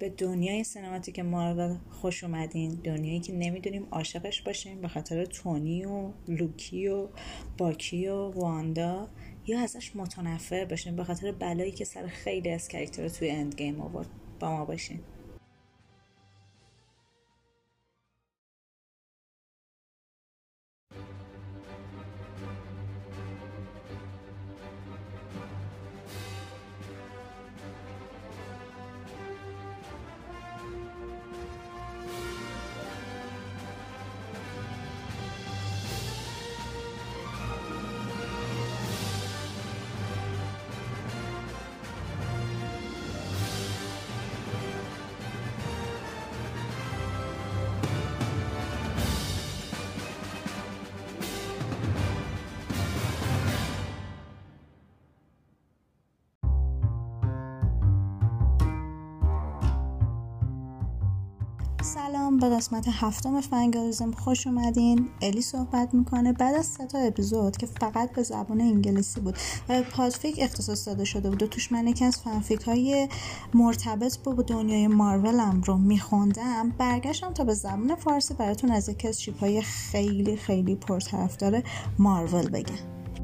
به دنیای سینماتیک مارول خوش اومدین. دنیایی که نمیدونیم عاشقش باشیم به خاطر تونی و لوکی و باکی و واندا، یا ازش متنفر باشیم به خاطر بلایی که سر خیلی از کاراکترها توی اند گیم آورد. با ما باشین. سلام، به قسمت 7 فنگالیزم خوش اومدین. الی صحبت میکنه بعد از 3 اپیزود که فقط به زبان انگلیسی بود و پادفیک اختصاص داده شده بود و توش من یکی از فنفیک های مرتبط با دنیای مارولم رو میخوندم، برگشتم تا به زبان فارسی براتون از یکی از چیپ های خیلی خیلی پرطرفدار مارول بگم.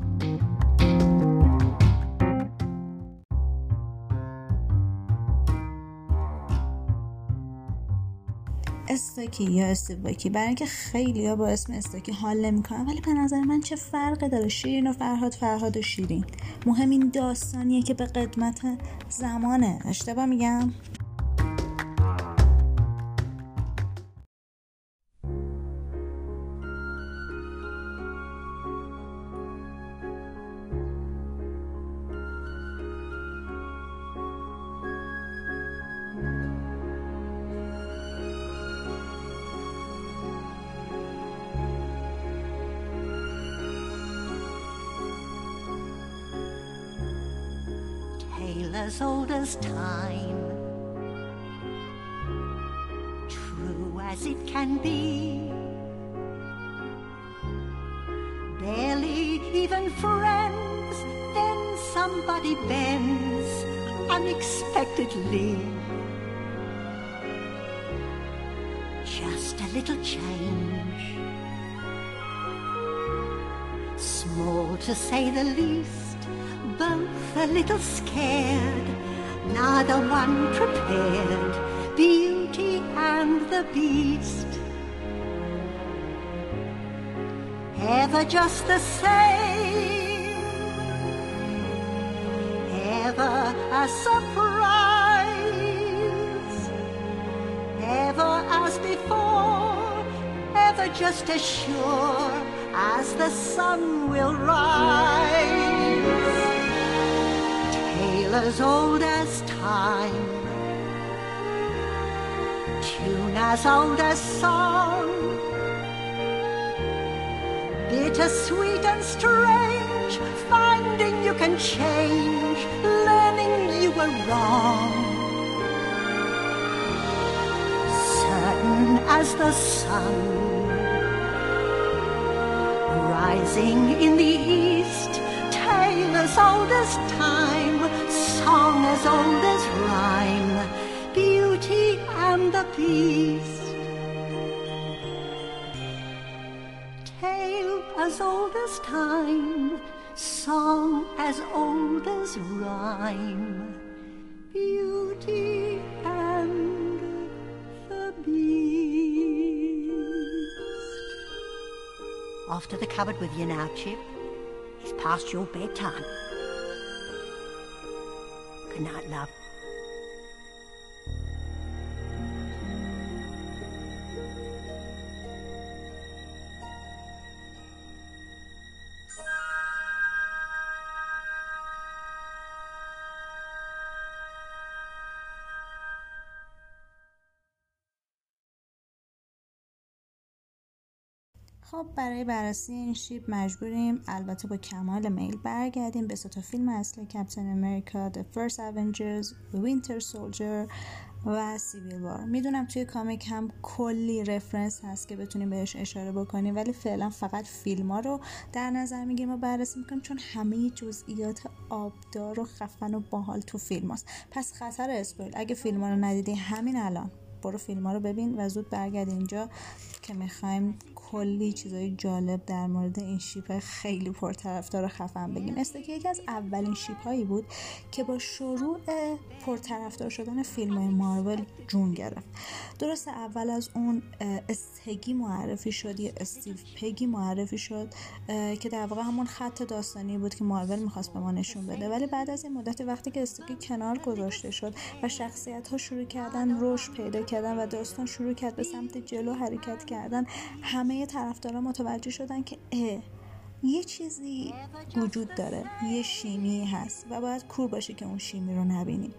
استاکی یا استیواکی، برای اینکه خیلی ها با اسم استاکی حال نمی‌کنن، ولی به نظر من چه فرقی داره؟ شیرین و فرهاد و شیرین. مهم این داستانیه که به قدمت زمانه. اشتباه میگم؟ As old as time, true as it can be, barely even friends, then somebody bends unexpectedly. Just a little change, small to say the least, both a little scared, neither one prepared, Beauty and the Beast. Ever just the same, ever a surprise, ever as before, ever just as sure as the sun will rise. As old as time, tune as old as song, bittersweet and strange, finding you can change, learning you were wrong. Certain as the sun, rising in the east, tale as old as time, song as old as rhyme, Beauty and the Beast. Tale as old as time, song as old as rhyme, Beauty and the Beast. Off to the cupboard with you now, Chip. It's past your bedtime. Good night, love. خب برای بررسی این شیپ مجبوریم البته با کمال میل برگردیم به 3 فیلم اصلی: کپتن امریکا، The First Avengers، Winter Soldier و سیویل وار. میدونم توی کامیک هم کلی رفرنس هست که بتونیم بهش اشاره بکنیم، ولی فعلا فقط فیلم ها رو در نظر میگیریم و بررسی میکنیم، چون همه جزئیات آبدار و خفن و باحال تو فیلم هست. پس خطر اسپویل، اگه فیلم ها رو ندیدی همین الان برو فیلم ها رو ببین و زود برگرد اینجا که میخوایم کلی چیزای جالب در مورد این شیپ خیلی پرطرفدار و خفن بگیم. مثل که یکی از اولین شیپ هایی بود که با شروع پرطرفدار شدن فیلم های مارول جون گرفت. درسته اول از اون استگی معرفی شد، یه استیو پگی معرفی شد که در واقع همون خط داستانی بود که مارول میخواست به ما نشون بده، ولی بعد از این مدت وقتی که استگی کنار گذاشته شد و شخصیت ها شروع کردن رشد پیدا کردن و داستان شروع کرد به سمت جلو حرکت کردن، همه طرفدارا متوجه شدن که یه چیزی وجود داره، یه شیمی هست و باید کور باشه که اون شیمی رو نبینیم.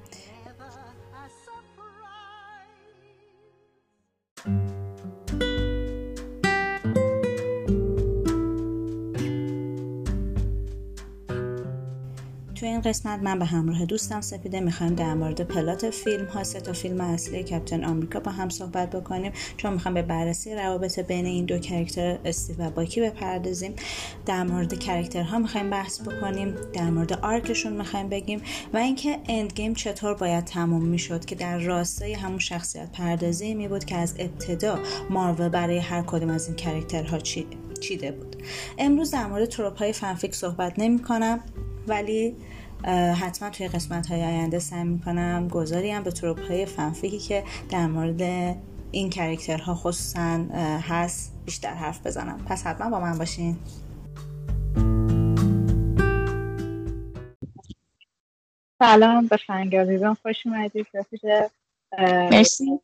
تو این قسمت من به همراه دوستم سپیده میخوایم در مورد پلات فیلم ها، 3 فیلم اصلی کاپیتان آمریکا با هم صحبت بکنیم، چون میخوایم به بررسی روابط بین این دو کاراکتر استیو و باکی بپردازیم. در مورد کاراکترها میخوایم بحث بکنیم، در مورد آرکشون میخوایم بگیم و اینکه اند گیم چطور باید تموم میشد که در راستای همون شخصیت پردازی می بود که از ابتدا مارول برای هر کدوم از این کاراکترها چیده بود. امروز در مورد تروپ‌های فنفیک صحبت نمی‌کنم، ولی حتما توی قسمت‌های آینده سعی می‌کنم گذاریم به تروپ‌های فنفیکی که در مورد این کاراکترها خصوصاً هست بیشتر حرف بزنم. پس حتما با من باشین. سلام به فنگالیزم، خوش اومدید. مرسی.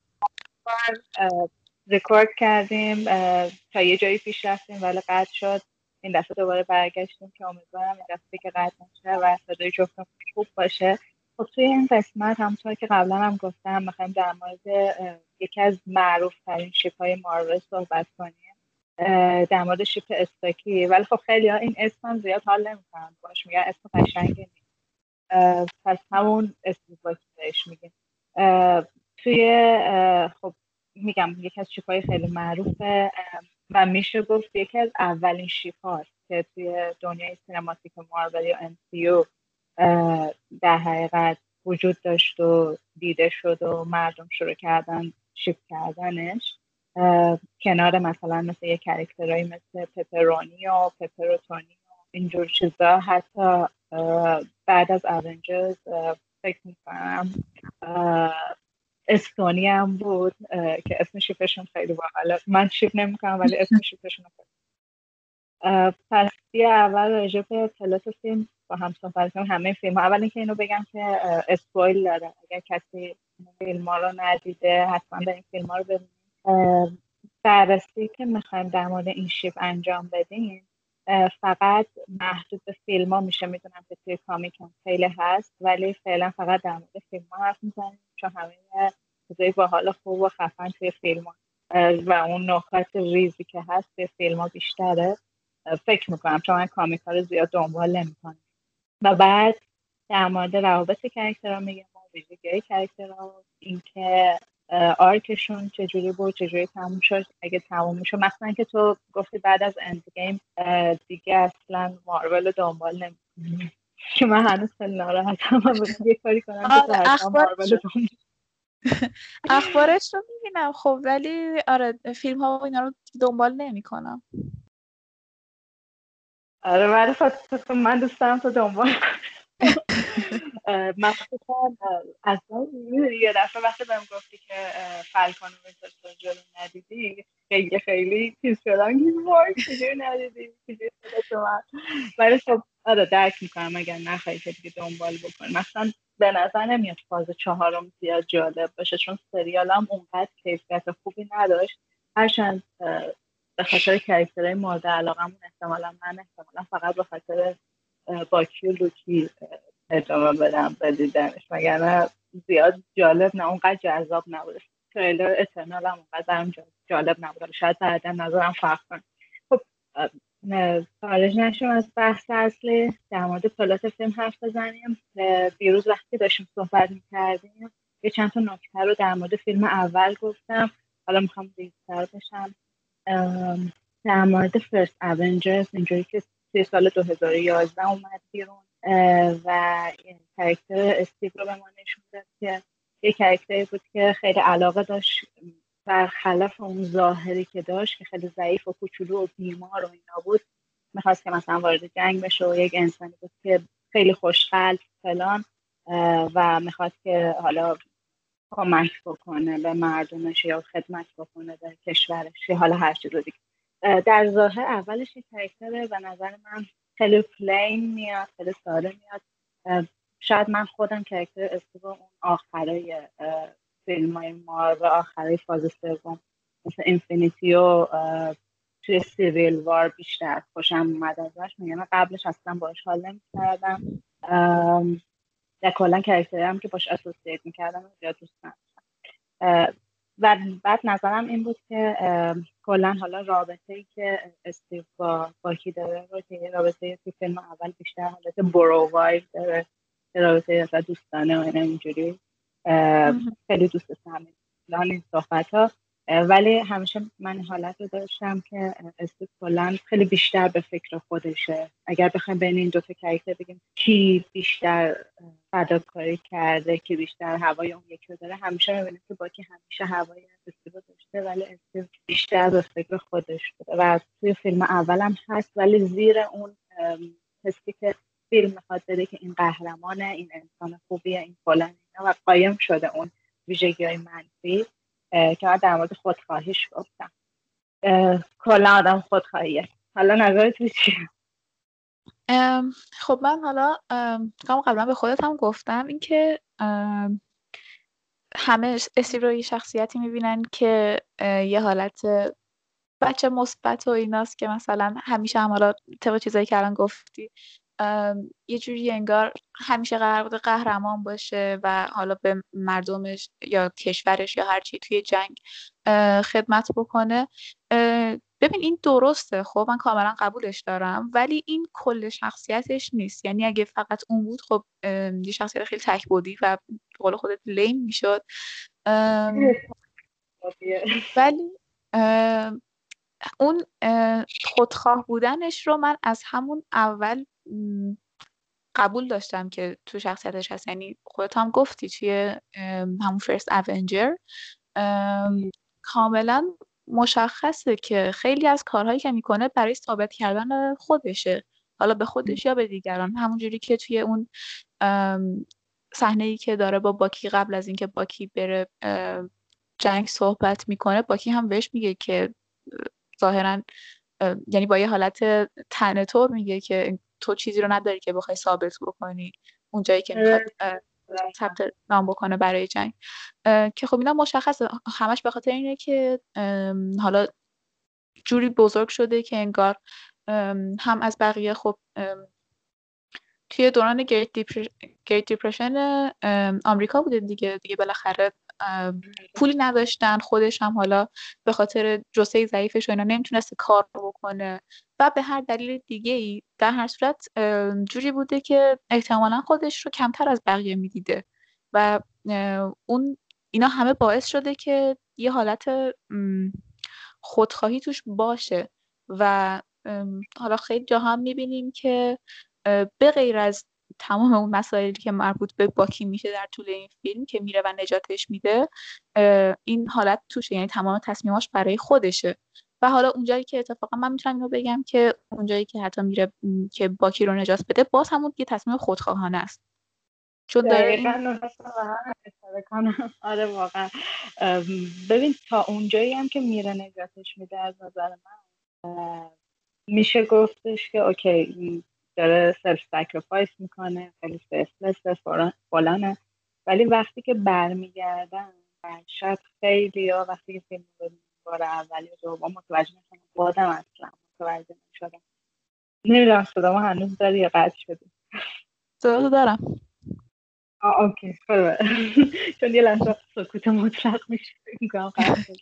رکورد کردیم تا یه جایی پیش رفتیم ولی قطع شد. این دفعه دوباره برگشتیم که امیدوارم این دفعه که قطع نشه و صدای جفتمون خوب باشه. خب توی این قسمت همونطور که قبلا هم گفتم میخوایم در مورد یکی از معروف ترین شیپ های مارول صحبت کنیم، در مورد شیپ استاکی. ولی خب خیلی ها این اسم زیاد حال نمیکنن باش، میگن اسم قشنگی نیست، پس همون استیو باکی بهش میگیم. توی خب میگم یکی از شیپ های خیلی معروفه و میشه گفت یکی از اولین شیپ هاست که توی دنیای سینماتیک مارول یا MCU در حقیقت وجود داشت و دیده شد و مردم شروع کردن شیپ کردنش، کنار مثل یه کاراکترایی مثل پپرونی و پپروتونی و اینجور چیزا. حتی بعد از اونجرز فکر میکنم استونی هم بود که اسم شیپشون خیلی باحاله. من شیپ نمیکنم ولی اسم شیپشون پس یه اول راجع به پلات فیلم با هم صحبت کنیم. همه فیلم ها، اول اینکه اینو بگم که اسپویل داره، اگر کسی فیلم ها رو ندیده حتما به این فیلم ها رو ببینید. بررسی که میخوایم در مورد این شیپ انجام بدیم فقط محدود به فیلم ها میشه. میدونم که توی کامیک هم خیلی هست ولی فعلا فقط در مورد فیلم ها حرف میزنیم، چون همه چیزای باحال خوب و خفن توی فیلم ها و اون نکات ریزی که هست توی فیلم ها بیشتره فکر میکنم، چون من کامیک ها رو زیاد دنبال نمیکنم. و بعد در مورد روابط کاراکترها میگم و ویژگی‌های کاراکترها، اینکه آرکشون چجوری بود، چجوری تموم شد، اگه تموم میشه. مثلا که تو گفتی بعد از اند گیم دیگه اصلا مارول رو دنبال نمیکنم که من هنوز خیلی ناراحتم. من یه کاری کنم که تو حتما مارول رو دنبال اخبارش رو میبینم خب، ولی آره فیلم ها و اینا رو دنبال نمیکنم. آره ولی خب من دوست دارم تو دنبال مخصوصا اصلا یه دفعه وقتی بهم گفتی که فالکون و وینتر سولجر رو ندیدی خیلی چیز شدم که وای چجوری ندیدی چجوری شده. ولی خب آره درک میکنم اگر نخواهی که دیگه دنبال بکنی. مثلا به نظر نمیاد فاز 4 زیاد جالب باشه، چون سریال هم اونقدر کیفیت خوبی نداشت، هرچند به خاطر کاراکترهای مورد علاقمون احتمالا فقط به خاطر باکی و لوکی ادامه بدم به دیدنش، وگرنه زیاد جالب نه، اونقدر جذاب نبوده. تریلر اترنال هم اونقدر برام جالب نبوده، شاید بعدا نظرم فرق کنه. خب خارج نشیم از بحث اصلی، در مورد پلات فیلم حرف بزنیم. دیروز وقتی داشتیم صحبت میکردیم یه چند تا نکته رو در مورد فیلم اول گفتم. حالا میخوام دیپ‌تر بشم در مورد فرست اونجرز. اینجوری که توی سال 2011 اومد بیرون و این کاراکتر استیو رو به ما نشون داد که یه کاراکتری بود که خیلی علاقه داشت، برخلاف اون ظاهری که داشت که خیلی ضعیف و کوچولو و بیمار و اینا بود، میخواست که مثلا وارد جنگ بشه و یک انسانی بود که خیلی خوشقلب فلان و میخواد که حالا کمک بکنه به مردمش یا خدمت بکنه به کشورش یا حالا هر چیز دیگه. در ظاهر اولش یک کاراکتره و نظر من خیلی پلین میاد، خیلی ساده میاد. شاید من خودم کاراکتر استیو اون آخرای فیلم‌های مارول، آخرای فاز سوم مثل اینفینیتی و توی سیویل وار بیشتر خوشم اومد ازش. میگم قبلش اصلا باهاش حال نمی‌کردم یا کلا کاراکتری هم که باش اسوسییت می‌کردم زیاد دوست نداشتم. و بعد نظرم این بود که کلا حالا رابطه‌ای که استیو با باکی داره رو که رابطه تو فیلم اول بیشتر حالت برو وایب داره، رابطه اصلا دوستانه و اینجوری خیلی دوست داشتم این صحبت‌ها. ولی همیشه من حالت رو داشتم که استیو کلا خیلی بیشتر به فکر خودشه. اگر بخوایم بین این دو تا کاراکتر بگیم کی بیشتر فداکاری کرده، کی بیشتر هوای اون یکی رو داره، همیشه می‌بینیم که باکی همیشه هوای استیو داشته ولی استیو بیشتر به فکر خودش بوده و توی فیلم اولم هست، ولی زیر اون حسی که فیلم میخواد بده که این قهرمانه، این انسان خوبیه، این فلان اینا و قایم شده اون ویژگی‌های منفی که من در مورد خودخواهیش گفتم. کلا آدم خودخواهیه. حالا نظرت چیه؟ خب من حالا قبلا به خودت هم گفتم اینکه همه استیو رو یه شخصیتی میبینن که یه حالت بچه مثبت و ایناست که مثلا همیشه هم حالا طبق چیزایی که الان گفتی یه جوری انگار همیشه قرار بوده قهرمان باشه و حالا به مردمش یا کشورش یا هر چی توی جنگ خدمت بکنه. ببین این درسته، خب من کاملا قبولش دارم، ولی این کل شخصیتش نیست. یعنی اگه فقط اون بود خب یه شخصیت خیلی تک‌بعدی و به قول خودت لیم میشد. ولی اون خودخواه بودنش رو من از همون اول قبول داشتم که تو شخصیتش هست. یعنی خودت هم گفتی توی همون فرست اونجر کاملا مشخصه که خیلی از کارهایی که میکنه برای ثابت کردن خودشه، حالا به خودش یا به دیگران. همونجوری که توی اون صحنه‌ای که داره با باکی قبل از اینکه باکی بره جنگ صحبت میکنه، باکی هم بهش میگه که ظاهرا یعنی با یه حالت طعنه‌طور میگه که تو چیزی رو نداری که بخوای ثابت بکنی اون جایی که میخواد ثبت نام بکنه برای جنگ. که خب اینا مشخصه همش به خاطر اینه که حالا جوری بزرگ شده که انگار هم از بقیه خب توی دوران گریت دیپرشن آمریکا بوده دیگه بالاخره پولی نداشتن، خودش هم حالا به خاطر جثه ضعیفش و اینا نمیتونسته کار بکنه و به هر دلیل دیگه ای در هر صورت جوری بوده که احتمالا خودش رو کمتر از بقیه میدیده و اینا همه باعث شده که یه حالت خودخواهی توش باشه و حالا خیلی جا هم میبینیم که به غیر از تمام اون مسائلی که مربوط به باکی میشه در طول این فیلم که میره و نجاتش میده، این حالت توشه، یعنی تمام تصمیماش برای خودشه. و حالا اونجایی که اتفاقا من میتونم اینو بگم که اونجایی که حتی میره که باکی رو نجات بده باز همون یه تصمیم خودخواهانه است، چون داره این آره واقعا. ببین تا اونجایی هم که میره نجاتش میده از نظر من میشه گفتش که اوکی داره سلف ساکریفایس میکنه، خیلی سلفلس فلانه، ولی وقتی که برمیگردن شاید خیلی ها وقتی که فیلم رو بار اولی و دوم متوجه میشن بادم اصلا متوجه نشدم. نمیدونم صدامو هنوز داری یا قطع شدی؟ صدا دارم. اوکی خوبه. چون یه لحظه سکوت مطلق میشه میگم قطع شد.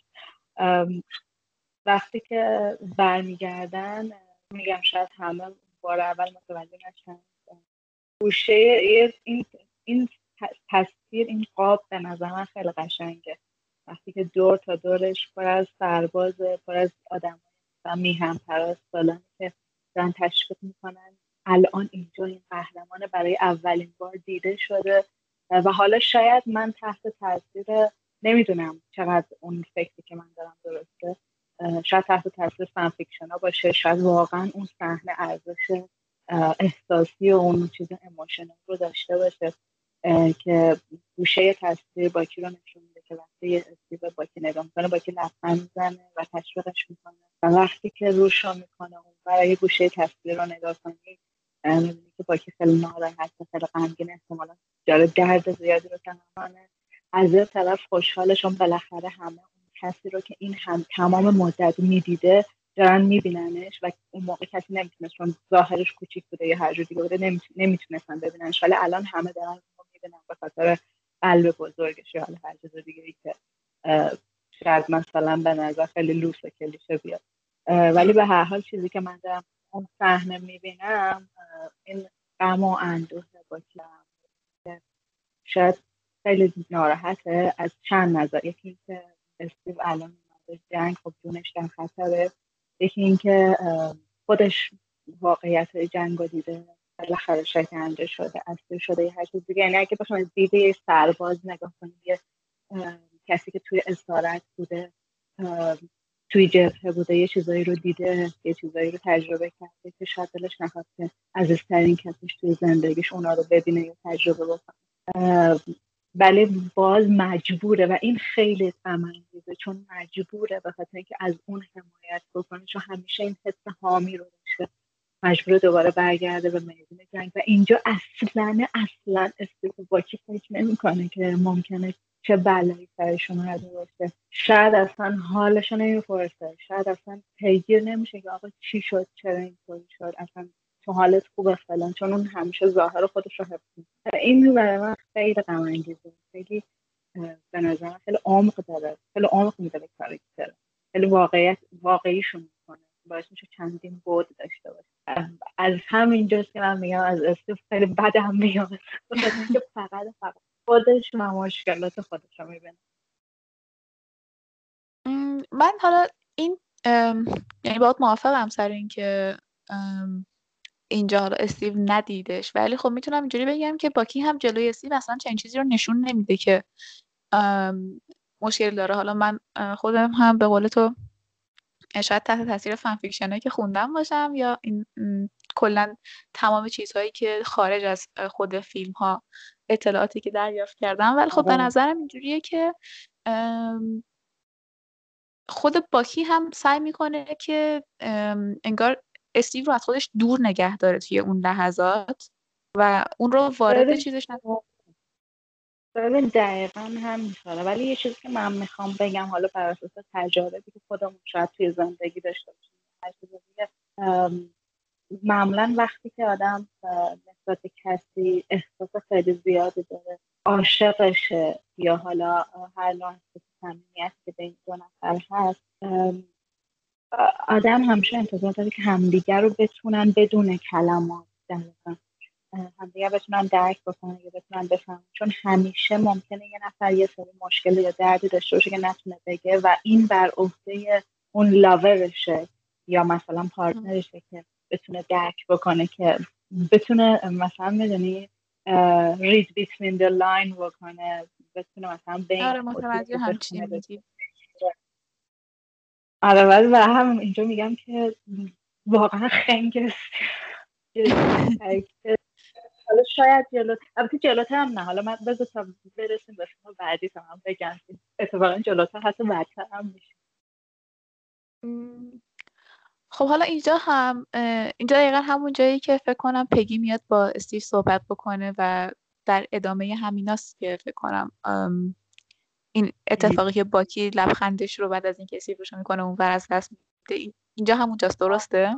وقتی که برمیگردن میگم شاید همه بار اول متوجه نشن گوشه این تصویر این قاب به نظر من خیلی قشنگه، وقتی که دور تا دورش پر از سربازه، پر از آدم و میهم پرست سالانی که دارن تشویق میکنن الان اینجا این قهرمان برای اولین بار دیده شده و حالا شاید من تحت تاثیر، نمیدونم چقدر اون فکری که من دارم درسته، شاید تحت تاثیر فن فیکشن ها باشه، شاید واقعا اون صحنه ارزش احساسی و اون چیز ایموشنال رو داشته باشه که گوشه تصویر باکی رو نشون میده که وقتی یه استیو باکی نگاه میکنه، باکی لبخند میزنه و تشویقش میکنه و وقتی که روش رو میکنه اون برای گوشه تصویر رو نگاه کنی میبینی که باکی خیلی ناراحت و خیلی غمگین، احتمالا داره درد زیادی رو تحمل. از یه طرف خوشحاله چون بالاخره همه اون کسی رو که این هم تمام مدت میدیده دارن میبیننش و اون موقع کسی نمیتونست چون ظاهرش کوچیک بوده یا هر جور دیگه بوده نمیتونستن ببیننش، ولی الان همه دارن میبینن به خاطر قلب بزرگش یا هر چیز دیگه ای که شاید مثلا به نظر خیلی لوس و کلیشه بیاد، ولی به هر حال چیزی که من دارم اون صحنه میبینم این غم و اندوه باکی شاید خیلی ناراحته از چند نظر. یکی این که استیو الان اومده جنگ، خب جونش در خطره، یکی این که خودش واقعیت جنگ رو دیده، بالاخره شکنجه شده، اسیر شده، هر چیز دیگه. یعنی اگه بخوام از دید یه سرباز نگاه کنیم، یه کسی که توی اسارت بوده، توی جبهه بوده، یه چیزایی رو دیده، یه چیزایی رو تجربه کرده که شاید دلش نخواد که عزیزترین کسیش توی زندگیش اونا رو ببینه یا تجربه بکنه، ولی باز مجبوره و این خیلی غم‌انگیزه، چون مجبوره به خاطر اینکه از اون حمایت بکنه، چون همیشه این حس حامی رو داشته، مجبوره دوباره برگرده به میدون جنگ و اینجا اصلا استیو باکی فکر نمی‌کنه که ممکنه چه بلایی سرشون اومده باشه، شاید اصلا حالشون نمیپرسه، شاید اصلا پیگیر نمیشه که آقا چی شد، چرا اینطوری شد، اصلا تو حالت خوبه فلان، چون اون همیشه ظاهر خودش رو حفظ می‌کنه. این برای من خیلی غم‌انگیزه، خیلی به نظر خیلی عمق داره، خیلی عمق میده به کاراکتر، خیلی واقعیشون میکنه، باعث میشه چندین بعد داشته باشه. از همینجاست که من میگم از استیو خیلی بدم میاد، بخاطر اینکه فقط خودش و مشکلات خودش رو میبینه. من حالا این یعنی باید موافقم سر این که اینجا حالا استیو ندیدش، ولی خب میتونم اینجوری بگم که باکی هم جلوی استیو اصلا چنین چیزی رو نشون نمیده که مشکل داره. حالا من خودم هم به قول تو شاید تحت تاثیر فن فیکشنایی که خوندم باشم یا این کلا تمام چیزهایی که خارج از خود فیلم ها، اطلاعاتی که دریافت کردم، ولی خب به نظرم اینجوریه که خود باکی هم سعی میکنه که انگار استیو رو از خودش دور نگه داره توی اون لحظات و اون رو وارد چیزش نکنه. ببین دقیقا هم میشه، ولی یه چیزی که من میخوام بگم حالا بر اساس تجاربی که خودمون شاید توی زندگی داشته باشیم، هر چیز دیگه، معمولا وقتی که آدم نسبت به کسی احساس خیلی زیادی داره، عاشقشه یا حالا هر نوع احساس صمیمیتی که بین دو نفر هست، آدم همیشه انتظار داره که همدیگر رو بتونن بدون کلمات همدیگر بتونن درک بکنن یا بتونن بفهمن، چون همیشه ممکنه یه نفر یه سری مشکل یا دردی داشته باشه که نتونه بگه و این بر عهده اون لاورشه یا مثلا پارتنرشه که بتونه درک بکنه، که بتونه مثلا میدونی read between the line بکنه، بتونه مثلا بین آره متوجه همچین میگی. آره ولی و هم اینجا میگم که واقعا خنگست حالا شاید البته جلوتر هم نه، حالا من بذار تا برسیم به شما بعدی تا هم بگم اتفاقا جلوتر حتی بدتر هم میشه. خب حالا اینجا دقیقا همون جایی که فکر کنم پگی میاد با استیو صحبت بکنه و در ادامه همیناست که فکر کنم این اتفاقی که باکی لبخندش رو بعد از این که استیو روشو میکنه اون ور از دست میده، اینجا همونجاست، درسته؟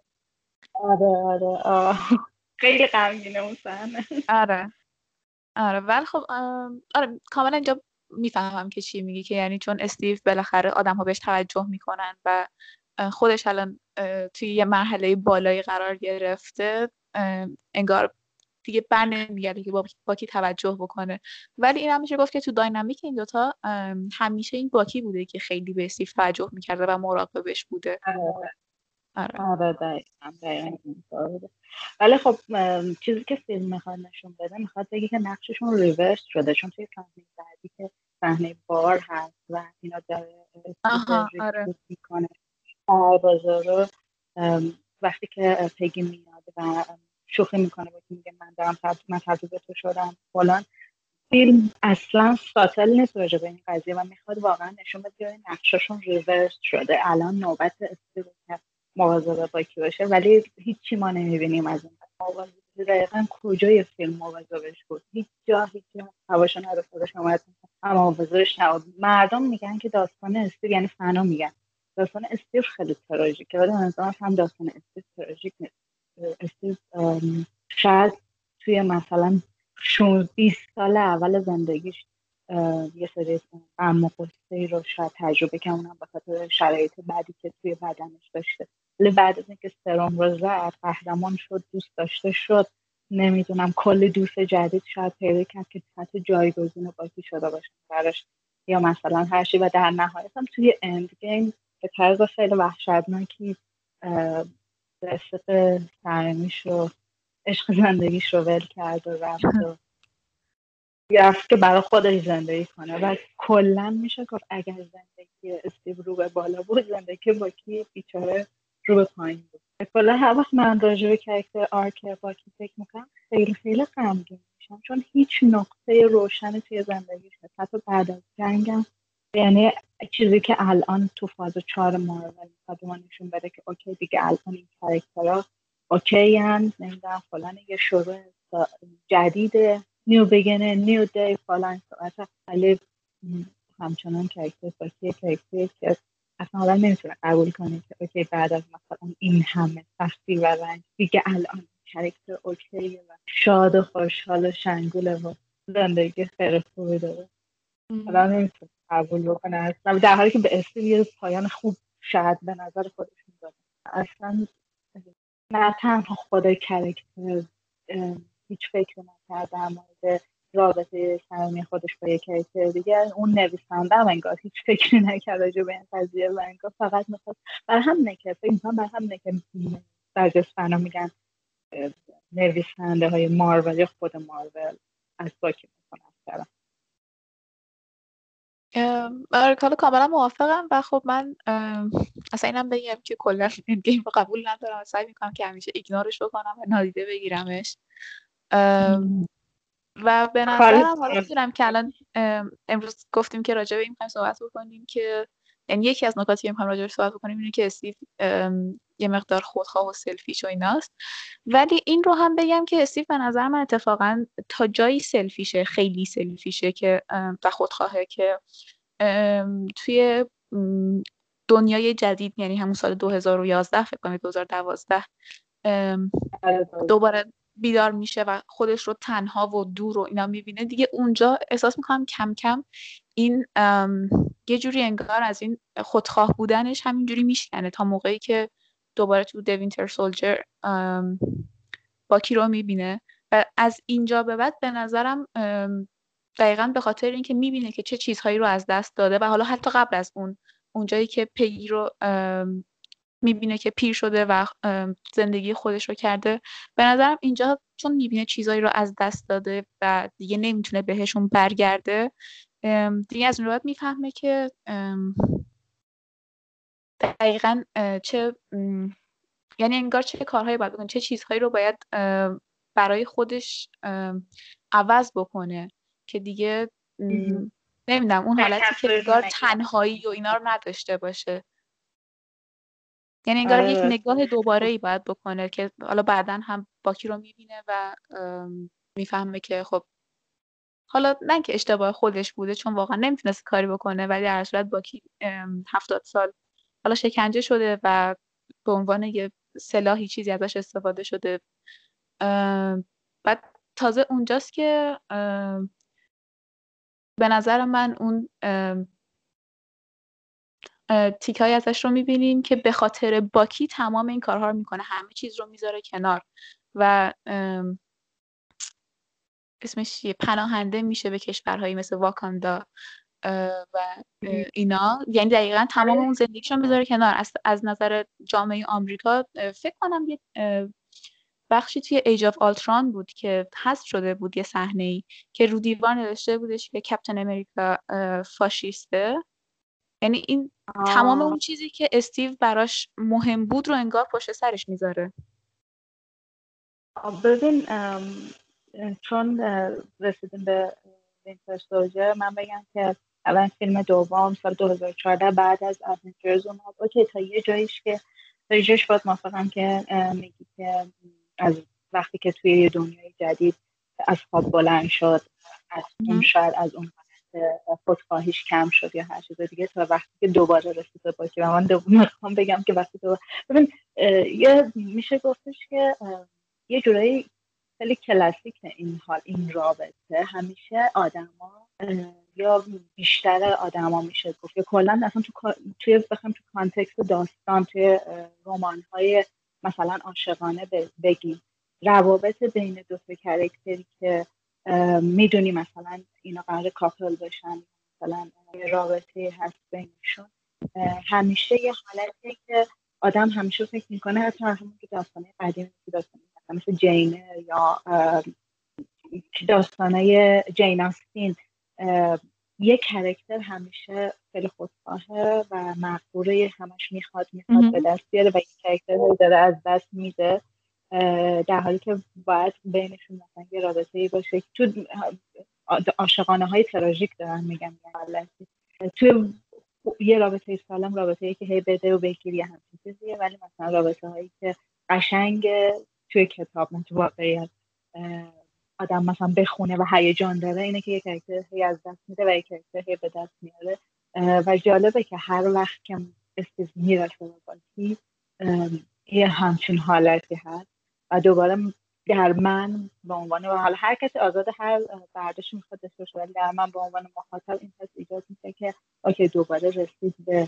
آره خیلی غمگینه اون صحنه. آره ولی خب آره کاملا اینجا میفهمم که چی میگی، که یعنی چون استیو بالاخره آدم ها بهش توجه میکنن و خودش الان توی یه مرحله بالایی قرار گرفته، انگار دیگه برنمیگرده که باکی توجه بکنه. ولی این هم میشه گفت که تو داینامیک این دوتا همیشه این باکی بوده که خیلی به استیو توجه میکرده و مراقبش بوده. آره دقیقاً اینطور بوده. ولی خب چیزی که فیلم میخواد نشون بده میخواد بگه که نقششون ریورس شده، چون توی صحنه بعدی که صحنه بار هست و اینا داره ریکروت میکنه بازار رو، وقتی که پگی میاد و شوخی میکنه با که میگه من تبدیل به تو شدم فلان، فیلم اصلا ساتل نیست راجع به این قضیه و میخواد واقعا نشون بده نقششون ریورس شده. الان نوبت استیو که مواظب با کی باشه، ولی هیچی ما نمیبینیم از این مواظب. دقیقا کجای فیلم مواظبش بود؟ هیچ جا هواشو نداشت اومد اما مواظبش نبود. مردم میگن که داستان استیو، یعنی فنا میگن داستان استیو خیلی تراژیکه، ولی من هم داستان استیو تراژیک نیست. استیو شاید توی مثلا 20 سال اول زندگیش یه سری غم و غصه‌ای رو شاید تجربه که اونم به خاطر شرایط بعدی که توی بدنش داشته، ولی بعد از اینکه سرم رو زد قهرمان شد، دوست داشته شد، نمیدونم کلی دوست جدید شاید پیدا کرد که حتی جایگزین باکی شده باشه براش یا مثلا هر چی، و در نهایت هم توی اند گیم به طرز خیلی وحشتناکی رسط سرمیش رو عشق زندگیش رو ول کرد و رفت که برای خودش زندگی کنه. و کلا میشه گفت اگر زندگی استیو رو به بالا بود، زندگی باکی بیچاره رو به پایین بود. کلا هر وقت من راجع به کاراکتر آرک باکی فکر میکنم خیلی خیلی غمگین میشم، چون هیچ نقطه روشنی توی زندگیش نیست. حتی بعد از جنگم، یعنی چیزی که الان تو فاز 4 مارول میخواد ما نشون بده که اوکی دیگه الان این کاراکترها اوکی ان، نمیدونم فلان یه شروع جدیده، نیو بگینه، نیو دی فلان صحبت، ولی همچنان کاراکتر باکی کاراکتری که اصلا آدم نمیتونه قبول کنه که اوکی بعد از مثلا این همه سختی و رنج دیگه الان کاراکتر اوکیه و شاد و خوشحال و شنگوله و زندگی خیلی خوبی داره. آدم نمیتونه قبول بکنه اصلا، در حالی که به استیو یه پایان خوب شاید به نظر خودش میداد. اصلا نه تنها خود کاراکتر هیچ فکر نکرد در مورد رابطه صمیمی خودش با یک کاراکتر دیگه، اون نویسنده هم انگار هیچ فکری نکرد راجع به این قضیه و انگار فقط میخواد برای هم نکرد فکر میکنم برای هم نکرد در جسفنا میگن نویسنده های مارول یا خود مارول از باکی میکنن کردم. حالا کاملا موافقم و خب من اصلا اینم بگم که کلا این گیم رو قبول ندارم، سعی میکنم که همیشه ایگنورش بکنم و نادیده بگیرمش و به نظرم حالا میدونم که الان امروز گفتیم که راجع به این میخوایم صحبت بکنیم که یعنی یکی از نکاتی که میخوایم راجع بهش صحبت بکنیم اینه که استیو یه مقدار خودخواه و سلفیش و ایناست، ولی این رو هم بگم که استیو به نظر من اتفاقا تا جایی سلفیشه، خیلی سلفیشه که و خودخواهه که توی دنیای جدید، یعنی همون سال 2011 فکر کنم 2012 دوباره بیدار میشه و خودش رو تنها و دور و اینا میبینه دیگه. اونجا احساس میکنم کم کم این یه جوری انگار از این خودخواه بودنش همینجوری میشکنه تا موقعی که دوباره تو The Winter Soldier باکی رو میبینه و از اینجا به بعد به نظرم دقیقاً به خاطر اینکه میبینه که چه چیزهایی رو از دست داده و حالا حتی قبل از اونجایی که پگی رو میبینه که پیر شده و زندگی خودش رو کرده، به نظرم اینجا چون میبینه چیزایی رو از دست داده و دیگه نمیتونه بهشون برگرده، دیگه از اون رو بعد میفهمه که دقیقاً چه یعنی انگار چه کارهایی باید بکنه، چه چیزهایی رو باید برای خودش عوض بکنه که دیگه نمیدونم اون حالتی که انگار تنهایی و اینا رو نداشته باشه. یعنی انگار یک نگاه دوباره‌ای باید بکنه که حالا بعداً هم باکی رو میبینه و میفهمه که خب حالا نه که اشتباه خودش بوده چون واقعا نمیتونست کاری بکنه، ولی در صورت باکی 70 سال حالا شکنجه شده و به عنوان یه سلاحی چیزی ازش استفاده شده. بعد تازه اونجاست که به نظر من اون تیکایی ازش رو میبینیم که به خاطر باکی تمام این کارها رو میکنه، همه چیز رو میذاره کنار و اسمش چیه، پناهنده میشه به کشورهایی مثل واکاندا و اینا. یعنی دقیقا تمام اون زندگیشون بذاره کنار. از نظر جامعه آمریکا فکر کنم یه بخشی توی ایج آف آلتران بود که حذف شده بود، یه صحنه‌ای که رو دیوار نوشته بودش که کپتن امریکا فاشیسته. یعنی این تمام اون چیزی که استیو براش مهم بود رو انگار پشت سرش میذاره. ببین چون رسیدیم به وینتر سولجر، من بگم که اول فیلم دوم سال 2014 بعد از اونجرز اومد. اوکی تا یه جاییش که جایش باید موافقم که میگی که از وقتی که توی یه دنیای جدید از خواب بلند شد، از اون شاید از اون خودخواهیش کم شد یا هر چیز دیگه، تا وقتی که دوباره رسید به باکی. و من میخوام بگم که وقتی دوباره ببین یه میشه گفتش که یه جورایی خیلی کلاسیک این رابطه همیشه آدما یا بیشتر آدما میشه گفت یا کلا اصلا توی بخوام تو کانتکست داستان توی رمان‌های مثلا عاشقانه بگیم، روابط بین دو تا کاراکتری که میدونی مثلا اینا قرار کاپل بشن، مثلا رابطه هست بینشون، همیشه یه حالتی که آدم همیشه فکر میکنه، حتی همون که داستانه قدیمی که داستانه مثل جینه یا داستانه جین آستین، یک کاراکتر همیشه خیلی خودخواهه و مغروره، همش میخواد به دست بیاره و یک کاراکتر داره از دست میده، در حالی که باید بینشون مثلا یه رابطه‌ای باشه. تو عاشقانه های تراژیک دارن میگم، تو یه رابطه سالم رابطه‌ای که هی بده و بگیری همچین چیزیه، ولی مثلا رابطه هایی که قشنگ توی کتاب نه تو واقعیت آدم مثلا بخونه و هیجان داره، اینه که یک کاراکتر هی از دست میده و یک کاراکتر هی به دست میاره. و جالبه که هر وقت که استیو میرسه به باکی یه همچین حالتی هست و دوباره در من به عنوان و حالا هر کسی آزاد هر برداشتی میخواد داشته باشه، ولی در من به عنوان مخاطب این حس ایجاد میشه که اوکی دوباره رسید به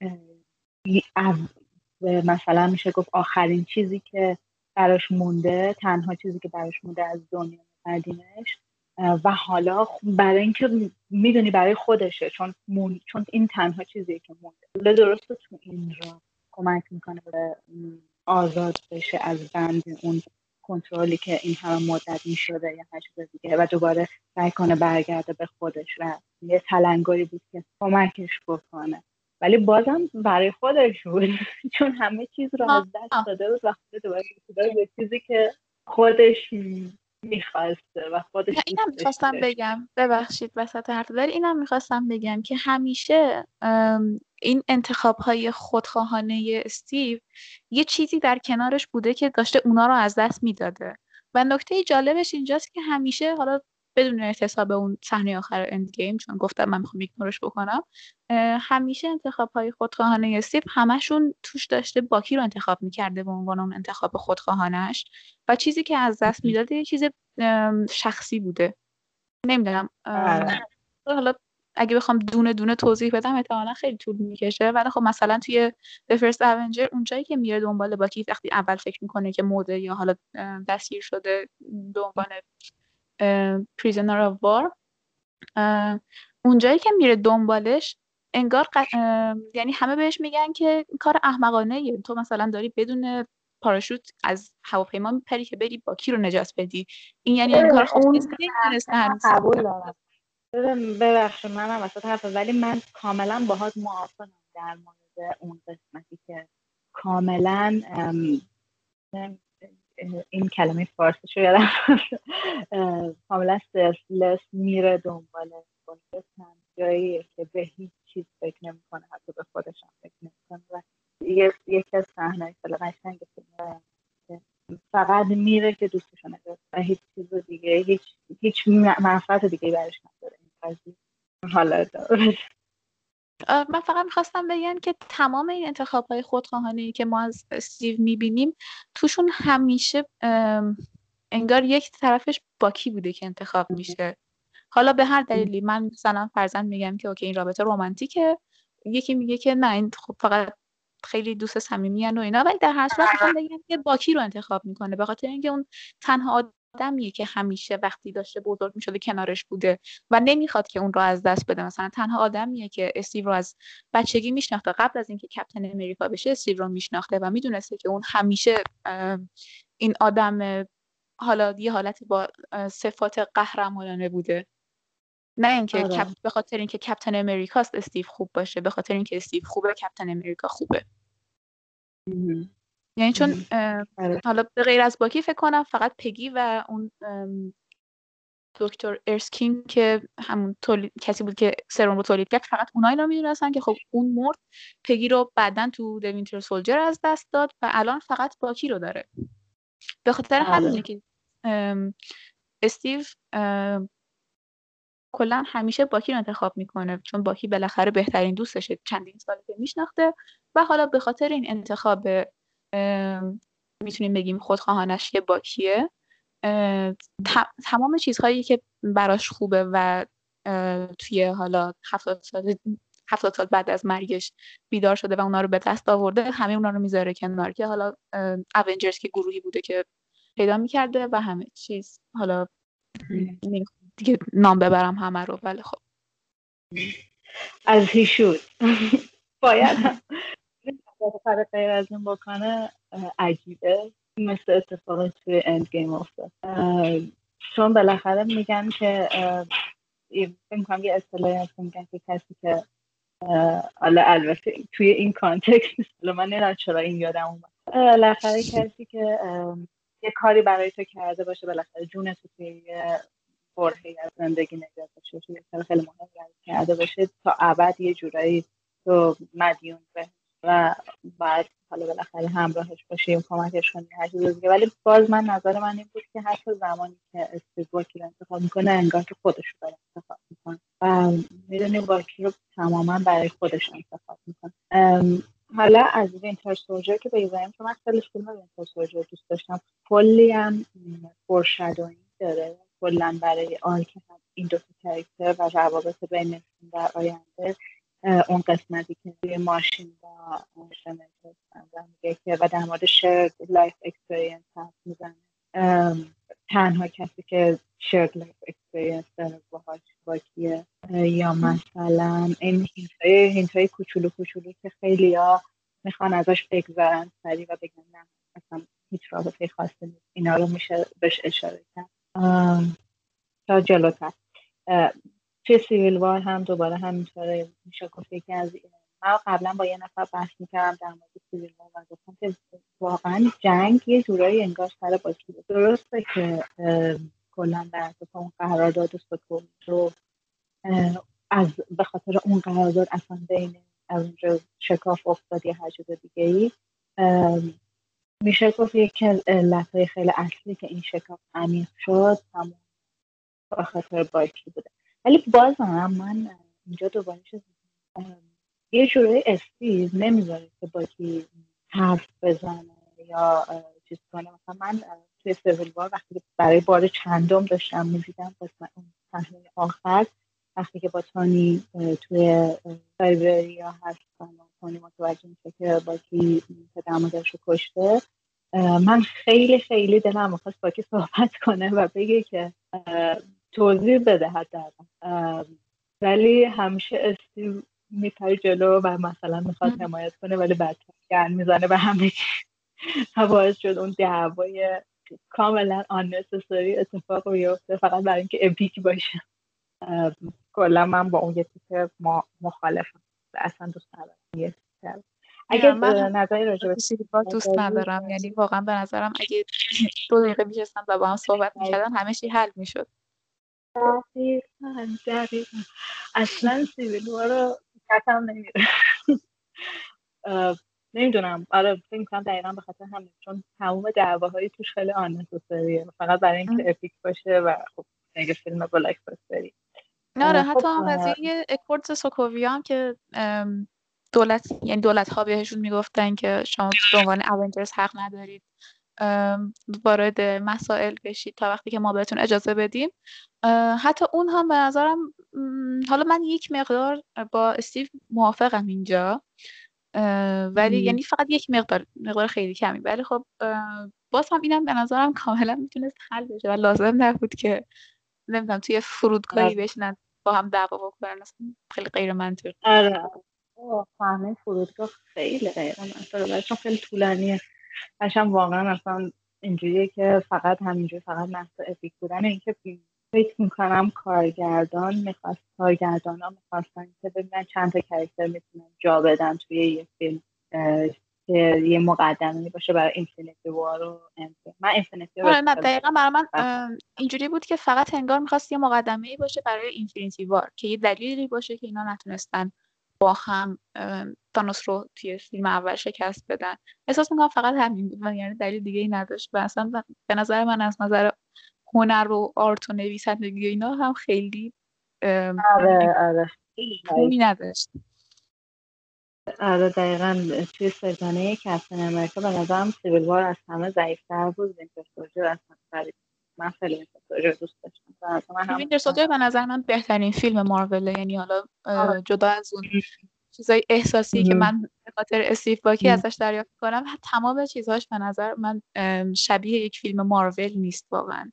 مثلا میشه گفت آخرین چیزی که براش مونده، تنها چیزی که براش مونده از دنیا قدیمش، و حالا برای اینکه میدونی برای خودشه، چون این تنها چیزیه که مونده. درسته تو این را کمک میکنه به آزاد بشه از بند اون کنترلی که این همه مدت میشده یا هر چیز دیگه و دوباره سعی کنه برگرده به خودش و یه تلنگری بود که کمکش بکنه، ولی بازم برای خودش بود چون همه چیز رو از دست داده بود و دوباره به چیزی که خودش میخواسته و خودش اینم میخواستم بگم، ببخشید وسط حرف، ولی اینم میخواستم بگم که همیشه این انتخاب‌های خودخواهانه استیو یه چیزی در کنارش بوده که داشته اونا رو از دست میداده. و نکته جالبش اینجاست که همیشه، حالا بدون احتساب اون صحنه آخر اند گیم چون گفتم من میخوام ایگنورش بکنم، همیشه انتخاب‌های خودخواهانه استیو همشون توش داشته باکی رو انتخاب میکرده به عنوان اون انتخاب خودخواهانش و چیزی که از دست میداده یه چیز شخصی بوده. نمیدونم حالا اگه بخوام دونه دونه توضیح بدم احتمالاً خیلی طول میکشه، ولی خب مثلا توی The First Avenger اونجایی که میره دنبال باکی، وقتی اول فکر میکنه که مرده یا حالا دستگیر شده به عنوان Prisoner of War، اونجایی که میره دنبالش انگار یعنی همه بهش میگن که کار احمقانه تو مثلا داری بدون پاراشوت از هواپیما میپری که بری باکی رو نجات بدی. این یعنی کار خوب نیست. قبول دارم. ببخشید منم وسط حرف، ولی من کاملا باهات موافقم در مورد اون قسمتی که کاملا این کلمه فارسی شو یادم کاملا سلفلس میره دنبال باشه، جایی که به هیچ چیز فکر نمیکنه، حتی به خودش هم فکر نمیکنه. و یکی از صحنه‌های خیلی قشنگ فیلم فقط میره که دوستش رو نجات بده و هیچ چیز دیگه، هیچ منفعت دیگه برش نداره این قضیه. حالا من فقط میخواستم بگم که تمام این انتخاب‌های خودخواهانه‌ای که ما از استیو میبینیم توشون همیشه انگار یک طرفش باکی بوده که انتخاب میشه. حالا به هر دلیلی، من مثلا فرضاً میگم که اوکی این رابطه رمانتیکه، یکی میگه که نه این خب فقط خیلی دوست صمیمی ان و اینا، ولی در هر صورت میخوام بگم که باکی رو انتخاب میکنه به خاطر اینکه اون تنها آدمیه که همیشه وقتی داشته بزرگ میشده کنارش بوده و نمیخواد که اون رو از دست بده. مثلا تنها آدمیه که استیو رو از بچگی میشناخته، قبل از اینکه کپتن امریکا بشه استیو رو میشناخته و میدونسته که اون همیشه این آدم حالا یه حالتی با صفات قهرمانانه بوده. نه اینکه آره. به خاطر اینکه کپتن امریکاست استیو خوب باشه، به خاطر اینکه استیو خوبه کپتن امریکا خوبه. یعنی چون آره. حالا به غیر از باکی فکر کنم فقط پگی و اون دکتر ارسکین که همون کسی بود که سرم رو تولید کرد، فقط اونایی رو میدونستن که خب اون مرد. پگی رو بعدن تو د وینتر سولجر از دست داد و الان فقط باکی رو داره. به خاطر همینه که استیو کلا همیشه باکی رو انتخاب میکنه، چون باکی بالاخره بهترین دوستشه، چندین ساله که میشناخته و حالا به خاطر این انتخاب میتونیم بگیم خودخواهانش که باکیه، تمام چیزهایی که براش خوبه و توی حالا 70 سال بعد از مرگش بیدار شده و اونا رو به دست آورده، همه اونا رو میذاره کنار که حالا اونجرز که گروهی بوده که پیدا میکرده و همه چیز. حالا دیگه نام ببرم همه رو، ولی خب از هی شد باید هم غیر از این بکنه. عجیبه مثل اتفاقی توی اند گیم افتاد، چون بالاخره میگن که فکر کنم یه اصطلاحی هست میگن که کسی که حالا البته توی این کانتکست من نمیدونم چرا این یادم اومد، بالاخره کسی که یه کاری برای تو کرده باشه، بالاخره جون تو توی برهه‌ای از زندگی نگه باشه، توی کار خیلی مهم کرده باشه، تا ابد یه جورایی تو مدیون به و بعد حالا بالاخره همراهش باشی و کمکش کنی هر چیز دیگه. ولی باز من نظر من این بود که حتی زمانی که استیو باکی رو انتخاب میکنه انگار که خودش رو داره انتخاب میکنه و میدونی باکی رو تماما برای خودش انتخاب میکنه. حالا از وینتر سولجر که بگذاریم، چون من خیلی فیلم وینتر سولجر دوست داشتم، کلی هم فورشادوینگ داره کلا برای آرک این دو تا کاراکتر و روابط بینشون در آینده. اون قسمتی که روی ماشین با شنل میگه که و در مورد شرد لایف اکسپریانس حرف میزنه، تنها کسی که شرد لایف اکسپریانس داره باهاش باکیه. یا مثلا این هینتای کوچولو که خیلی ها میخوان ازش بگذارن سریع و بگن نه اصلا هیچ رابطه خاصی نیست، اینا رو میشه بهش اشاره کرد تا جلوتر. توی سیویل وار هم دوباره همینطوره، میشه گفت یکی از من قبلا با یه نفر بحث میکردم در مورد سیویل وار و گفتم که واقعا جنگ یه جورایی انگار سر باکی بود. درسته که کلا در اون قرارداد سکو رو از به خاطر اون قرارداد اصلا بین از اونجا شکاف افتاد یا هر چیز دیگه ای، میشه گفت یکی از علتهای خیلی اصلی که این شکاف عمیق شد همون به خاطر باکی بوده. ولی بازم من اینجا دوباره یه جوری استیو نمیذاره که باکی حرف بزنه یا چیز کنه. مثلا من توی سیویل وار وقتی برای بار چندم داشتم میدیدم اون صحنه آخر وقتی که با تونی توی سایبریا هستن و تونی متوجه میشه که باکی پدر مادرش رو کشته، من خیلی خیلی دلم میخواست باکی صحبت کنه و بگه که توضیح بده حداقل، ولی همیشه استیو میپره جلو و مثلا میخواد حمایت کنه ولی بعد گرم میزنه و همه چی باعث شد اون دعوای کاملا unnecessary اتفاق بیفته فقط برای اینکه اپیک باشه. کلا من با اون یه تیپ مخالفم، اصلا دوست ندارم. اگه نظری راجع به دوست ندارم، یعنی واقعا به نظرم اگه 2 دقیقه میشستن و با هم صحبت میکردن همه چی حل میشد. دقیقا اصلا سیویل وار رو کتم نمیره. نمیدونم، آره فکر میکنم دقیقا به خاطر همین، چون تمام دعواهای توش خیلی آننسسریه فقط برای اینکه اپیک باشه و خب اگه فیلم بلک باستری. آره حتی قضیه اکوردز سوکوویا هم که دولت ها بهشون میگفتن که شما به عنوان اونجرز حق ندارید وارد مسائل بشید تا وقتی که ما بهتون اجازه بدیم. حتی اون هم به نظرم، حالا من یک مقدار با استیو موافقم اینجا، ولی یعنی فقط یک مقدار خیلی کمی. ولی خب باز هم اینم به نظرم کاملا میتونست حل بشه و لازم نبود که نمیدونم توی فرودگاهی بشینن با هم دعوا بکنن. اصلا خیلی غیر منطقی. آره صحنه فرودگاه خیلی غیر منطقیه چون خیلی طولانیه. قشنگ واقعا اصلا اینجوریه که فقط همینجوری فقط محض اپیک بودن. اینکه فکر میکنم کارگردان ها میخواستن که ببینن چند تا کاراکتر میتونن جا بدن توی یه فیلم که یه مقدمه‌ای باشه برای اینفینیتی وار و اندگیم. من اینفینیتی آره نه دقیقا برای من اینجوری بود که فقط انگار میخواست یه مقدمه‌ای باشه برای اینفینیتی وار که یه دلیلی باشه که اینا نتونستن با هم تانوس رو توی فیلم اول شکست بدن. احساس میکنم فقط همین بود، یعنی دلیل دیگه ای نداشت. و اصلا به نظر من از نظر هنر و آرت و نویسندگی و اینا هم خیلی آره پوی نداشت. آره دقیقا توی سگانه کپتن امریکا به نظرم سیویل وار از همه ضعیف‌تر بود. وینتر سولجر اصلا خرید. من خیلی وینتر سولجر دوست داشتم. وینتر سولجر به نظر من بهترین فیلم ماروله، یعنی حالا جدا از اون چیزای احساسی که من به خاطر استیو باکی ازش دریافت کنم، تمام چیزهاش به نظر من شبیه یک فیلم مارول نیست واقعا.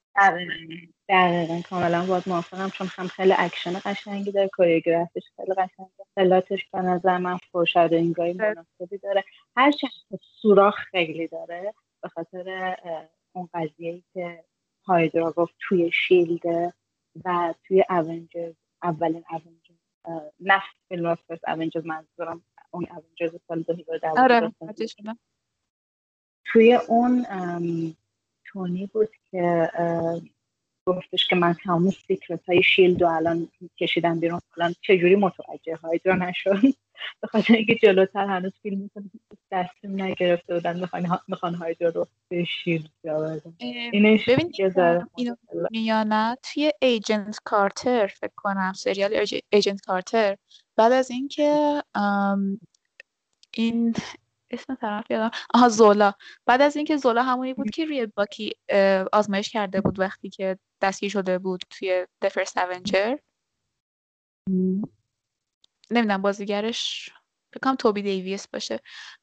دقیقاً کاملا باید موافقم، چون هم خیلی اکشن قشنگی داره، کوریوگرافیش خیلی قشنگه، اطلاعاتش به نظر من فورشادوینگ‌های مناسبی داره، هرچند سوراخ خیلی داره به خاطر اون قضیه‌ای که هایدرا گفت توی شیلده و توی اونجرز، اولین اونجرز، نه فیلم اف فرست اونجرز، منظورم اون اونجرز سال 2012 توی اون تونی بود که گفتش که من تمام سیکرت های شیلد رو الان کشیدم بیرون. الان چجوری متوجه هایدرا نشد؟ به خاطر اینکه جلوتر هنوز فیلم دستیم نگرفته بودن میخوان هایدرا رو به شیلد بیاوردن. ببین اینو یا نه توی ایجنت کارتر فکر کنم، سریال ایجنت کارتر، بعد از اینکه این اسم طرف یادم زولا، بعد از اینکه زولا همونی بود که روی باکی آزمایش کرده بود وقتی که دستگیر شده بود توی The First Avenger، نمیدونم بازیگرش فکر کنم توبی دیویس باشه.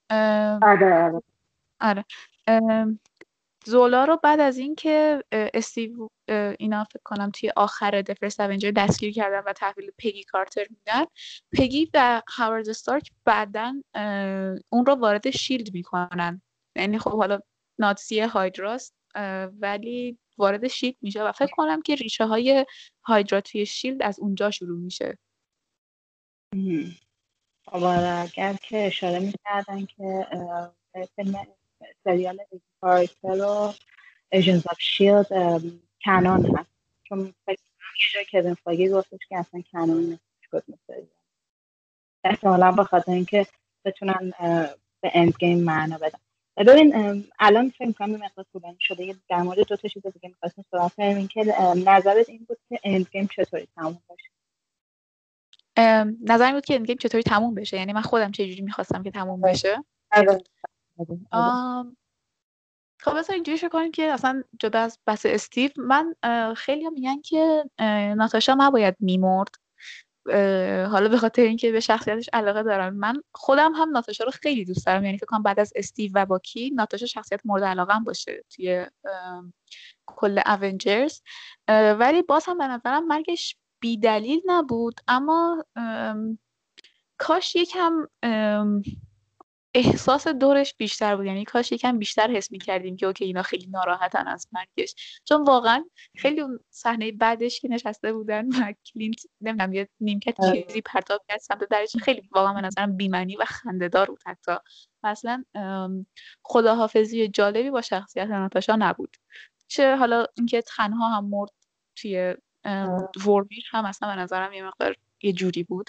آره زولا رو بعد از اینکه استیو اینا فکر کنم توی آخر The First Avenger دستگیر کردن و تحویل پگی کارتر میدن، پگی و هاوارد استارک بعدن اون رو وارد شیلد میکنن. یعنی خب حالا نازی هایدراست ولی وارد شیلد میشه و فکر کنم که ریشه های هایدرا توی شیلد از اونجا شروع میشه. اگر که اشاره میکردن که فیلم سریال کارتر و ایجنتس آف شیلد کنان هست، چون فکر کنم یه جای کوین فاگی گفتش که اصلا کنان نیست کدوم سریال، احتمالا به خاطر اینکه بتونن به اند گیم معنا بدن. ببین الان فکر می‌کنم یه مقدار طولانی شده، در مورد دو تا چیز دیگه می‌خواستم صحبت کنیم. این که نظرت این بود که اند گیم چطوری تموم بشه؟ نظرم بود که اند گیم چطوری تموم بشه، یعنی من خودم چجوری می‌خواستم که تموم بشه. خب بذار اینجوری شروع کنیم که اصلا جدا از بحث استیو، من خیلی هم میگن که ناتاشا نباید میمرد، حالا به خاطر اینکه به شخصیتش علاقه دارم. من خودم هم ناتاشا رو خیلی دوست دارم، یعنی فکر کنم بعد از استیو و باکی ناتاشا شخصیت مورد علاقه‌ام باشه توی کل اونجرز. ولی باز هم به نظرم مرگش بی دلیل نبود، اما کاش یکم احساس دورش بیشتر بود، یعنی کاش یکم بیشتر حس می‌کردیم که اوکی اینا خیلی ناراحتن از مرگش، چون واقعا خیلی اون صحنه بعدش که نشسته بودن و کلینت نمیدونم یه نیمکت چیزی پرتاب کرد سمت درش، خیلی واقعا به نظرم بی‌معنی و خنده‌دار بود. حتی مثلا خداحافظی جالبی با شخصیت ناتاشا نبود، چه حالا اینکه تنها هم مرد توی ورمیر هم اصلا به نظرم یه مقدار یه جوری بود.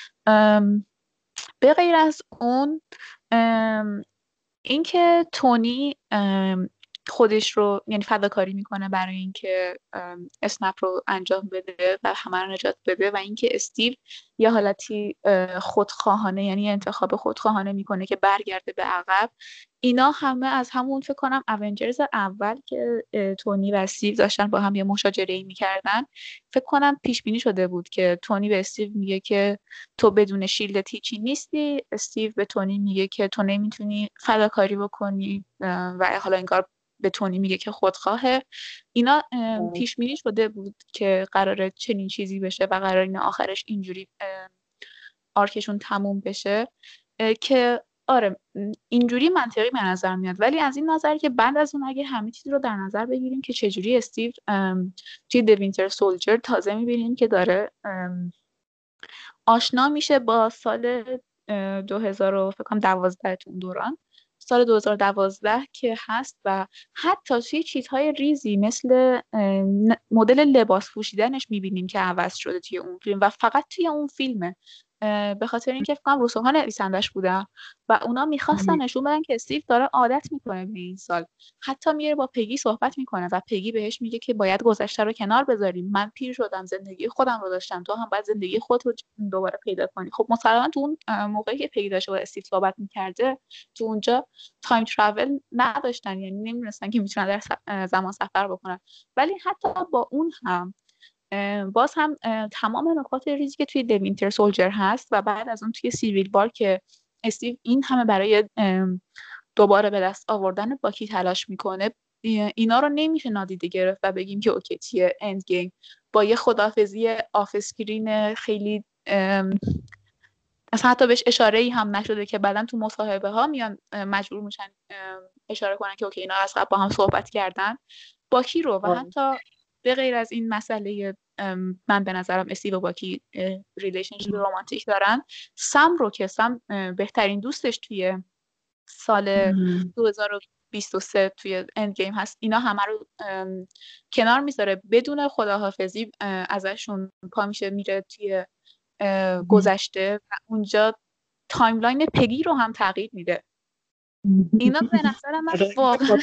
به غیر از اون اینکه تونی خودش رو یعنی فداکاری میکنه برای اینکه اسنپ رو انجام بده و همه رو نجات بده، و اینکه استیو یه حالتی خودخواهانه یعنی انتخاب خودخواهانه میکنه که برگرده به عقب. اینا همه از همون فکر کنم اونجرز اول که تونی و استیو داشتن با هم یه مشاجره‌ای میکردن، فکر کنم پیش بینی شده بود که تونی به استیو میگه که تو بدون شیلد هیچی نیستی، استیو به تونی میگه که تو نمیتونی فداکاری بکنی و حالا انگار به تونی میگه که خودخواهه. اینا پیش بینی شده بود که قراره چنین چیزی بشه و قراره این آخرش اینجوری آرکشون تموم بشه که آره اینجوری منطقی به نظر میاد. ولی از این نظر که بعد از اون اگه همه چیز رو در نظر بگیریم که چجوری استیو توی د وینتر سولجر تازه میبینیم که داره آشنا میشه با سال 2000 فکر کنم 12 اون دوران، سال 2012 که هست، و حتی توی چیزهای ریزی مثل مدل لباس پوشیدنش میبینیم که عوض شده توی اون فیلم و فقط توی اون فیلمه، به خاطر اینکه فکر کنم روسوها نویسندش بودن و اونا میخواستن نشون بدن که استیو داره عادت میکنه به این سال. حتی میره با پگی صحبت میکنه و پگی بهش میگه که باید گذشته رو کنار بذاریم، من پیر شدم، زندگی خودم رو داشتم، تو هم باید زندگی خودت رو دوباره پیدا کنی. خب مسلما تو اون موقعی که پگی داشته با استیو صحبت میکرده تو اونجا تایم ترافل نداشتن، یعنی نمیدونستن که میتونن در زمان سفر بکنن. ولی حتی با اون هم باز هم تمام نکات ریزی که توی د وینتر سولجر هست و بعد از اون توی سیویل وار که استیو این همه برای دوباره به دست آوردن باکی تلاش میکنه، اینا رو نمیشه نادیده گرفت و بگیم که اوکی توی اند گیم با یه خداحافظی آف اسکرین خیلی اصلا حتی بهش اشاره ای هم نشده که بعدن تو مصاحبه ها میان مجبور میشن اشاره کنن که اوکی اینا از قبل با هم صحبت کردن باکی رو. و حتی به غیر از این مسئله من به نظرم استیو و باکی ریلیشنشیپ رمانتیک دارن، سم رو که سم بهترین دوستش توی سال 2023 توی اند گیم هست، اینا همه رو کنار میذاره بدون خداحافظی ازشون پا میشه میره توی گذشته و اونجا تایملاین پگی رو هم تغییر میده. اینا به نظرم من واقعا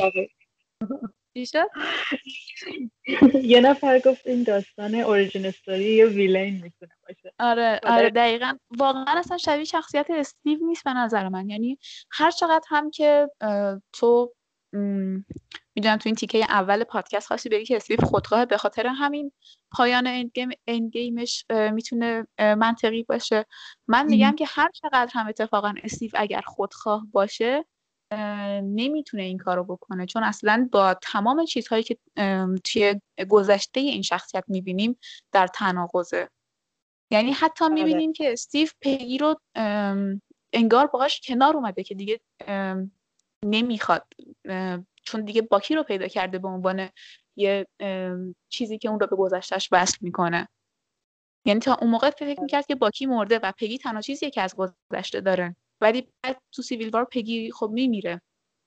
یه نفر گفت این داستان اوریجین استوری یه ویلن میتونه باشه. آره دقیقاً واقعا اصلا شبیه شخصیت استیو نیست به نظر من. یعنی هر چقدر هم که تو میدونم تو این تیکه اول پادکست خواستی بگی که استیو خودخواه، به خاطر همین پایان اندگیمش میتونه منطقی باشه. من میگم که هر چقدر هم اتفاقا استیو اگر خودخواه باشه نمیتونه این کارو بکنه، چون اصلا با تمام چیزهایی که توی گذشته این شخصیت میبینیم در تناقضه. یعنی حتی میبینیم که استیو پگی رو انگار باهاش کنار اومده که دیگه نمیخواد، چون دیگه باکی رو پیدا کرده به عنوان یه چیزی که اون رو به گذشتهش وصل میکنه. یعنی تا اون موقع فکر میکرد که باکی مرده و پگی تنها چیزیه که از گذشته داره، ولی بعد تو سیویل وار پگی خب میمیره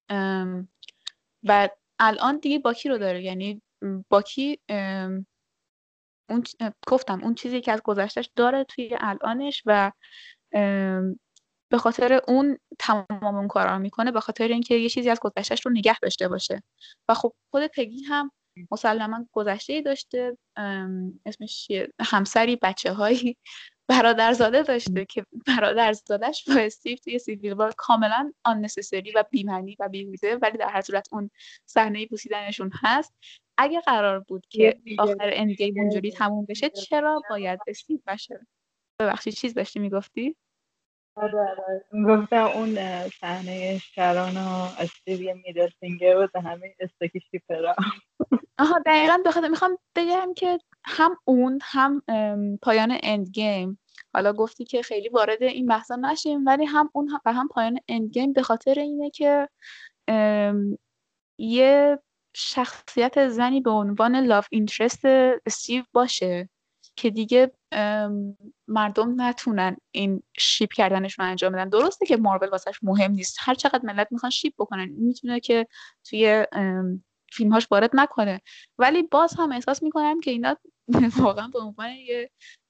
و الان دیگه باکی رو داره. یعنی باکی اون گفتم اون چیزی که از گذشتهش داره توی الانش و به خاطر اون تمام اون کارا رو میکنه، به خاطر اینکه یه چیزی از گذشتهش رو نگه داشته باشه. و خب خود پگی هم مسلما گذشته‌ای داشته، اسمش همسری، بچه‌هایی، برادرزاده داشته که برادرزاده‌اش با استیو توی سیویل وار کاملا unnecessary و بی‌معنی و بیهوده، ولی در هر صورت اون صحنه بوسیدنشون هست. اگه قرار بود که آخر اند گیم اونجوری تموم بشه چرا باید استیو بشه؟ ببخشید چیز داشتی میگفتی؟ آره گفتم اون صحنه شران و استیو میدل فینگر بود همه استاکی شیپرا. آها دقیقاً بخاطر میخوام بگم که هم اون هم پایان اند گیم، حالا گفتی که خیلی وارد این بحثا نشیم، ولی هم اون و هم پایان اند گیم به خاطر اینه که یه شخصیت زنی به عنوان لاف اینترست استیو باشه که دیگه مردم نتونن این شیپ کردنشون انجام بدن. درسته که مارول واسش مهم نیست، هر چقدر ملت میخوان شیپ بکنن میتونه که توی فیلمهاش وارد نکنه، ولی باز هم احساس میکنم که اینا واقعا به عنوان یه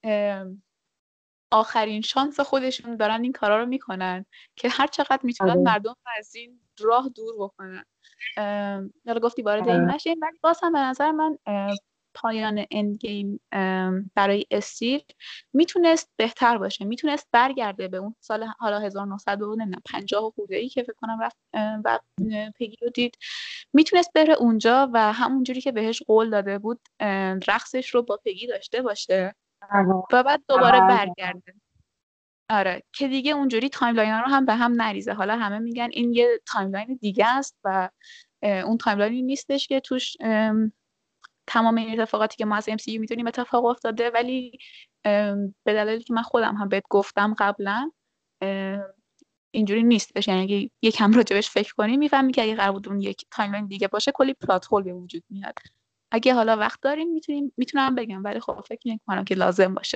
آخرین شانس خودشون دارن این کارا رو میکنن که هر چقدر میتونن مردم رو از این راه دور بکنن. حالا گفتی وارد این نشین، ولی باز هم به نظر من پایان اند گیم برای استیل میتونست بهتر باشه، میتونست برگرده به اون سال حالا 1950 خورده‌ای که فکر کنم رفت و پگی رو دید، میتونست بره اونجا و همونجوری که بهش قول داده بود رقصش رو با پگی داشته باشه و بعد دوباره برگرده. آره که دیگه اونجوری تایملاین رو هم به هم نریزه. حالا همه میگن این یه تایملاین دیگه است و اون تایملاینی نیستش که توش تمام این اتفاقاتی که ما از MCU میدونیم اتفاق افتاده، ولی به دلیلی که من خودم هم بهت گفتم قبلا اینجوری نیستش. یعنی یکم راجبش فکر کنی میفهمی که اگه قرار بود اون یک تایملاین دیگه باشه کلی پلات هول به وجود میاد. اگه حالا وقت داریم میتونم بگم، ولی خب فکر نمی‌کنم که لازم باشه.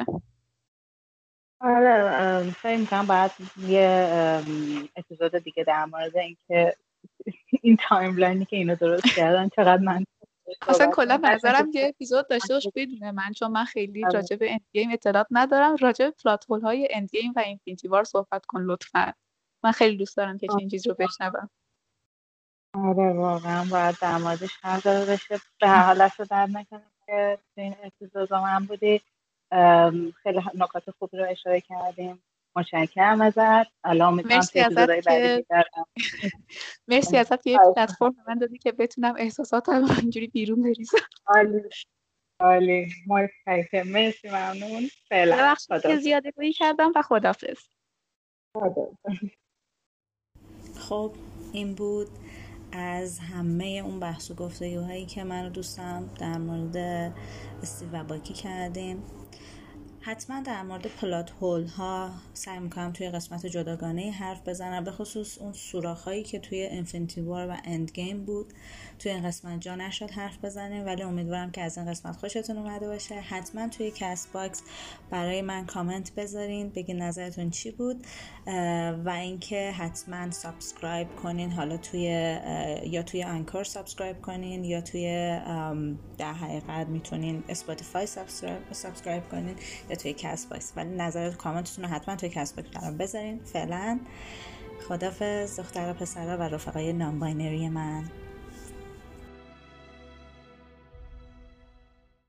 آره فکر می‌کنم باید یه اپیزود دیگه در مورد اینکه این تایملاینی که اینو درست کردن چقدر من اصلا کلا به نظرم یه اپیزود داشته باش بدونه من، چون من خیلی راجع به اند گیم اطلاعات ندارم. راجع به پلات هول های اند گیم و اینفینیتی وار صحبت کن لطفا. من خیلی دوست دارم که این چیز رو بشنوم. آره واقعا باید در موردش حرف زده بشه. به هر حال دست درد نکنه که این اپیزود من بودی، خیلی نکات خوبی رو اشاره کردیم. متشکرم ازت. الان امیدوارم که اپیزودهای بعدی بیشتر مرسی ازت که یه پلتفرم من دادی که بتونم احساساتم رو اینجوری بیرون بریزم. عالی متشکرم. مرسی ممنون. فعلا ببخشید که زیاده گویی کردم و خداحافظ. خب این بود از همه اون بحث و گفتگوهایی که من و دوستم در مورد استیو و باکی کردیم. حتما در مورد پلات هول ها سعی میکنم توی قسمت جداگانه حرف بزنم، به خصوص اون سوراخ‌هایی که توی اینفینیتی وار و اند گیم بود. توی این قسمت جا نشد حرف بزنیم، ولی امیدوارم که از این قسمت خوشتون اومده باشه. حتما توی کست باکس برای من کامنت بذارین، بگین نظرتون چی بود و اینکه حتما سابسکرایب کنین. حالا یا توی انکور سابسکرایب کنین یا توی در حقیقت میتونین اسپاتیفای سابسکرایب کنین یا توی کست باکس، ولی نظرات کامنتتون رو حتما توی کست باکس برام بذارین. فعلا خدافظ دخترها پسرها و رفقای نان باینری من.